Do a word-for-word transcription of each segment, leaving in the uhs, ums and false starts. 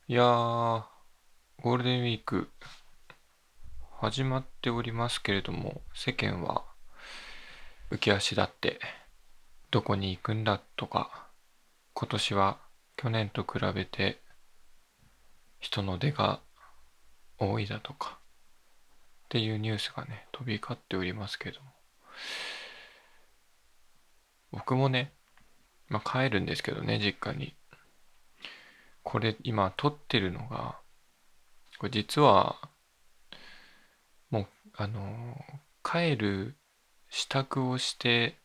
いやー、ゴールデンウィーク始まっておりますけれども、世間は浮き足立ってどこに行くんだとか、今年は去年と比べて人の出が多いだとかっていうニュースがね、飛び交っておりますけれども、僕もね、まあ帰るんですけどね、実家に。これ今撮ってるのが、これ実はもう、あのー帰る支度をして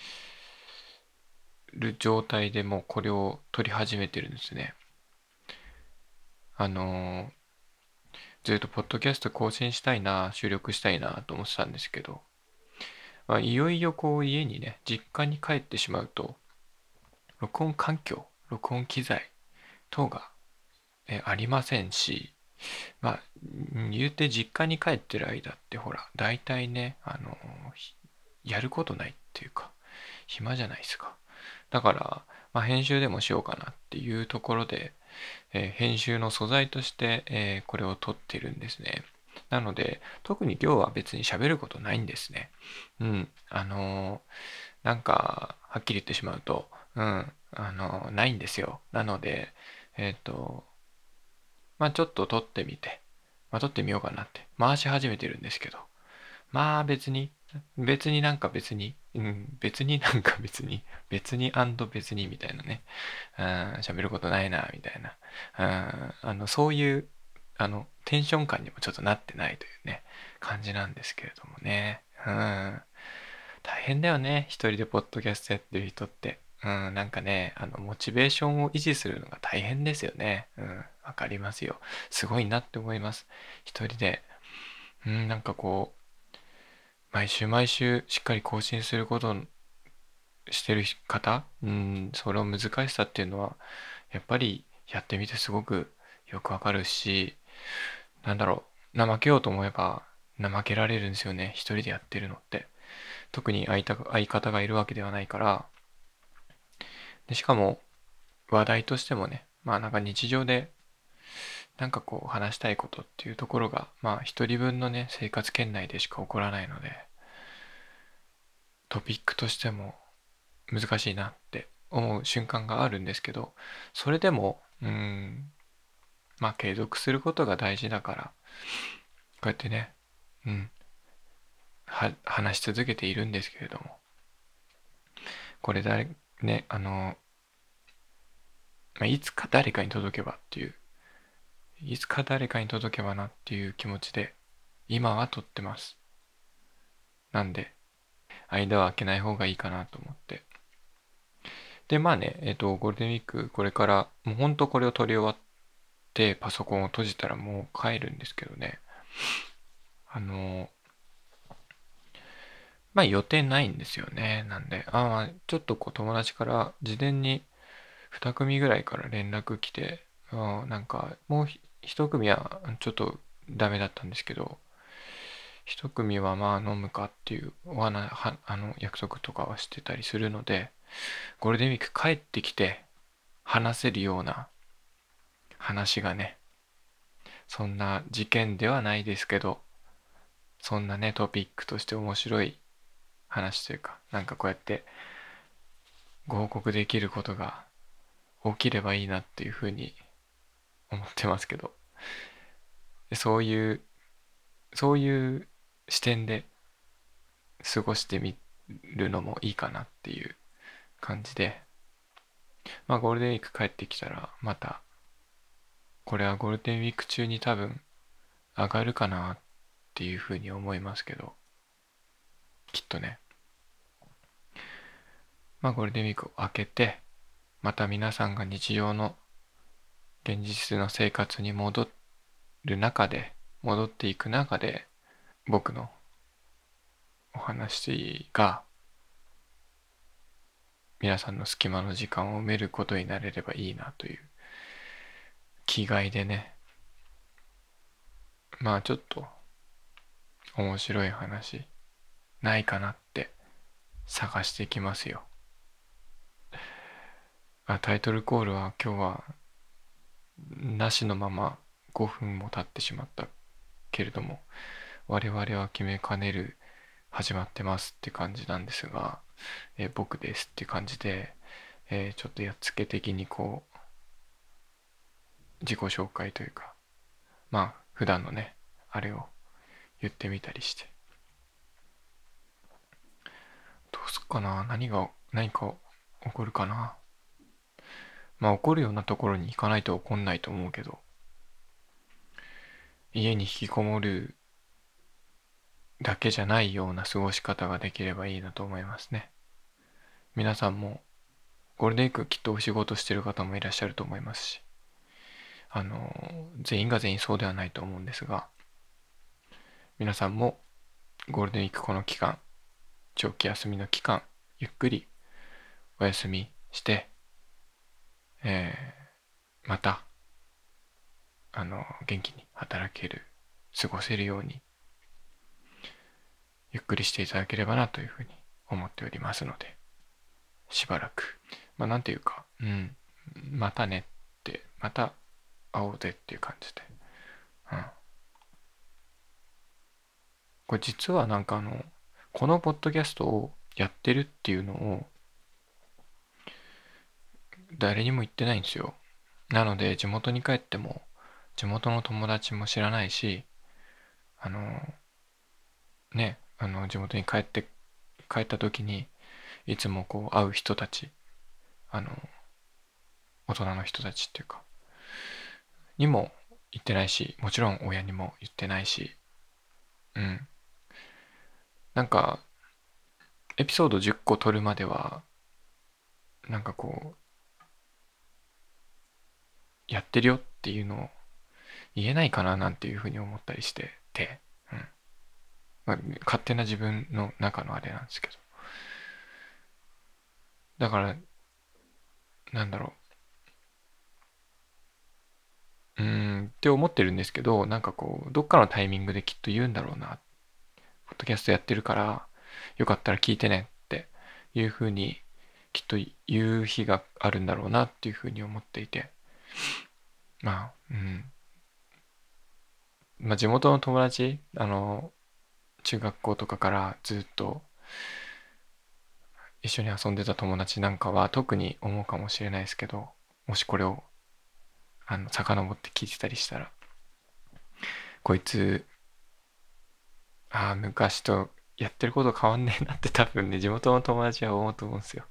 る状態でもうこれを撮り始めてるんですね。あのーずっとポッドキャスト更新したいな、収録したいなと思ってたんですけど、まあ、いよいよこう家にね、実家に帰ってしまうと、録音環境、録音機材等がえありませんし、まあ、うん言うて実家に帰ってる間ってほら、大体ね、あのーやることないっていうか、暇じゃないですか。だから、まあ、編集でもしようかなっていうところで、えー編集の素材として、えーこれを撮ってるんですね。なので、特に今日は別に喋ることないんですね。うん。あのーなんか、はっきり言ってしまうと、うん、あのーないんですよ。なので、えっと、まあちょっと撮ってみて、まあ撮ってみようかなって回し始めてるんですけど、まあ別に、別になんか別に、うん、別になんか別に、別に別にみたいなね、うん、喋ることないな、みたいな、うん、あの、そういう、あの、テンション感にもちょっとなってないというね、感じなんですけれどもね、うん、大変だよね、一人でポッドキャストやってる人って。うん、なんかね、あの、モチベーションを維持するのが大変ですよね。うん、わかりますよ。すごいなって思います。一人で、うん、なんかこう、毎週毎週しっかり更新することをしてる方、うん、それの難しさっていうのは、やっぱりやってみてすごくよくわかるし、なんだろう、怠けようと思えば怠けられるんですよね。一人でやってるのって。特に相た相方がいるわけではないから、で、しかも話題としてもね、まあなんか日常でなんかこう話したいことっていうところが、まあ一人分のね、生活圏内でしか起こらないので、トピックとしても難しいなって思う瞬間があるんですけど、それでも、うーん、まあ継続することが大事だから、こうやってね、うん、は、話し続けているんですけれども、これ誰、ね、あの、まあ、いつか誰かに届けばっていう、いつか誰かに届けばなっていう気持ちで、今は撮ってます。なんで、間は空けない方がいいかなと思って。で、まあね、えっと、ゴールデンウィーク、これから、もうほんとこれを撮り終わって、パソコンを閉じたらもう帰るんですけどね。あの、まあ予定ないんですよね。なんで、あまあ、ちょっとこう友達から事前にに組ぐらいから連絡来て、あなんかもうひ一組はちょっとダメだったんですけど、一組はまあ飲むかっていうお話、は、あの約束とかはしてたりするので、ゴールデンウィーク帰ってきて話せるような話がね、そんな事件ではないですけど、そんなね、トピックとして面白い話というか、なんかこうやってご報告できることが起きればいいなっていうふうに思ってますけど、そういう、そういう視点で過ごしてみるのもいいかなっていう感じで、まあゴールデンウィーク帰ってきたらまた、これはゴールデンウィーク中に多分上がるかなっていうふうに思いますけど、きっとね、まあゴールデンウィークを明けて、また皆さんが日常の現実の生活に戻る中で、戻っていく中で、僕のお話が皆さんの隙間の時間を埋めることになれればいいなという気概でね、まあちょっと面白い話ないかなって探していきますよ。あ、タイトルコールは今日はなしのままごふんも経ってしまったけれども、我々は決めかねる始まってますって感じなんですが、えー僕ですって感じで、えーちょっとやっつけ的にこう自己紹介というか、まあ普段のねあれを言ってみたりして、どうすっかな、何が何か起こるかな。まあ起こるようなところに行かないと起こんないと思うけど、家に引きこもるだけじゃないような過ごし方ができればいいなと思いますね。皆さんもゴールデンウィークきっとお仕事してる方もいらっしゃると思いますし、あの全員が全員そうではないと思うんですが、皆さんもゴールデンウィークこの期間、長期休みの期間、ゆっくりお休みして、えーまたあの元気に働ける、過ごせるようにゆっくりしていただければなというふうに思っておりますので、しばらく、まあなんていうか、うん、またねって、また会おうぜっていう感じで、うん。これ実はなんかあの、このポッドキャストをやってるっていうのを誰にも言ってないんですよ。なので地元に帰っても地元の友達も知らないし、あのね、あの地元に帰って帰った時にいつもこう会う人たち、あの大人の人たちっていうかにも言ってないし、もちろん親にも言ってないし、うん、なんかエピソードじゅっこ撮るまではなんかこうやってるよっていうのを言えないかななんていうふうに思ったりしてて、うん、まあ、勝手な自分の中のあれなんですけど、だからなんだろう、うーんって思ってるんですけど、なんかこうどっかのタイミングできっと言うんだろうな、ポッドキャストやってるからよかったら聞いてねっていうふうにきっと言う日があるんだろうなっていうふうに思っていて、まあ、うん、まあ地元の友達、あの中学校とかからずっと一緒に遊んでた友達なんかは特に思うかもしれないですけど、もしこれをあの遡って聞いてたりしたら、こいつ、ああ、昔とやってること変わんねえなって多分ね、地元の友達は思うと思うんですよ。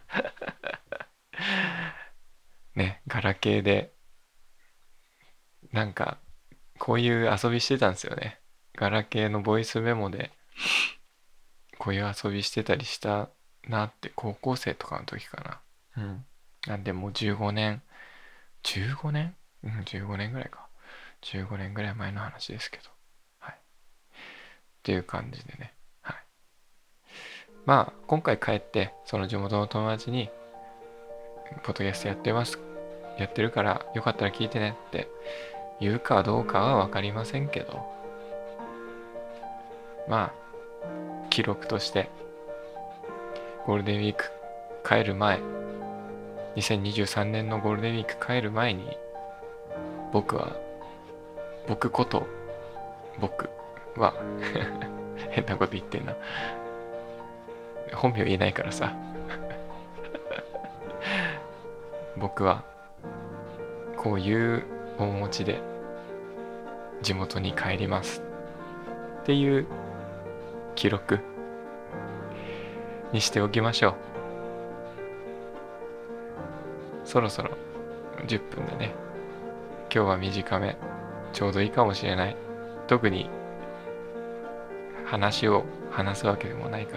ね、ガラケーで、なんか、こういう遊びしてたんですよね。ガラケーのボイスメモで、こういう遊びしてたりしたなって、高校生とかの時かな。うん。なんでもうじゅうごねん、じゅうごねんうん、じゅうごねんぐらいか。じゅうごねんぐらい前の話ですけど。はい。っていう感じでね。はい。まあ、今回帰って、その地元の友達に、ポッドキャストやってます。やってるから、よかったら聞いてねって言うかどうかはわかりませんけど、まあ、記録として、ゴールデンウィーク帰る前、にせんにじゅうさんねんのゴールデンウィーク帰る前に、僕は、僕こと僕は変なこと言ってんな。本名言えないからさ。僕は、こういう面持ちで地元に帰りますっていう記録にしておきましょう。そろそろじゅっぷんでね。今日は短め。ちょうどいいかもしれない。特に話を話すわけでもないから。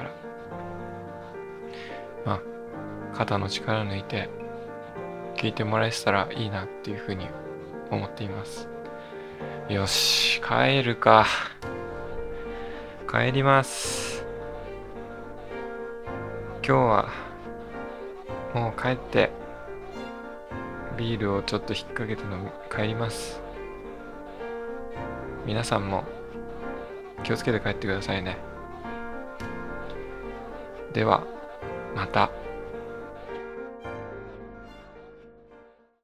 まあ、肩の力抜いて聞いてもらえてたらいいなっていうふうに思っています。よし、帰るか。帰ります。今日はもう帰ってビールをちょっと引っ掛けて飲み帰ります。皆さんも気をつけて帰ってくださいね。では、また。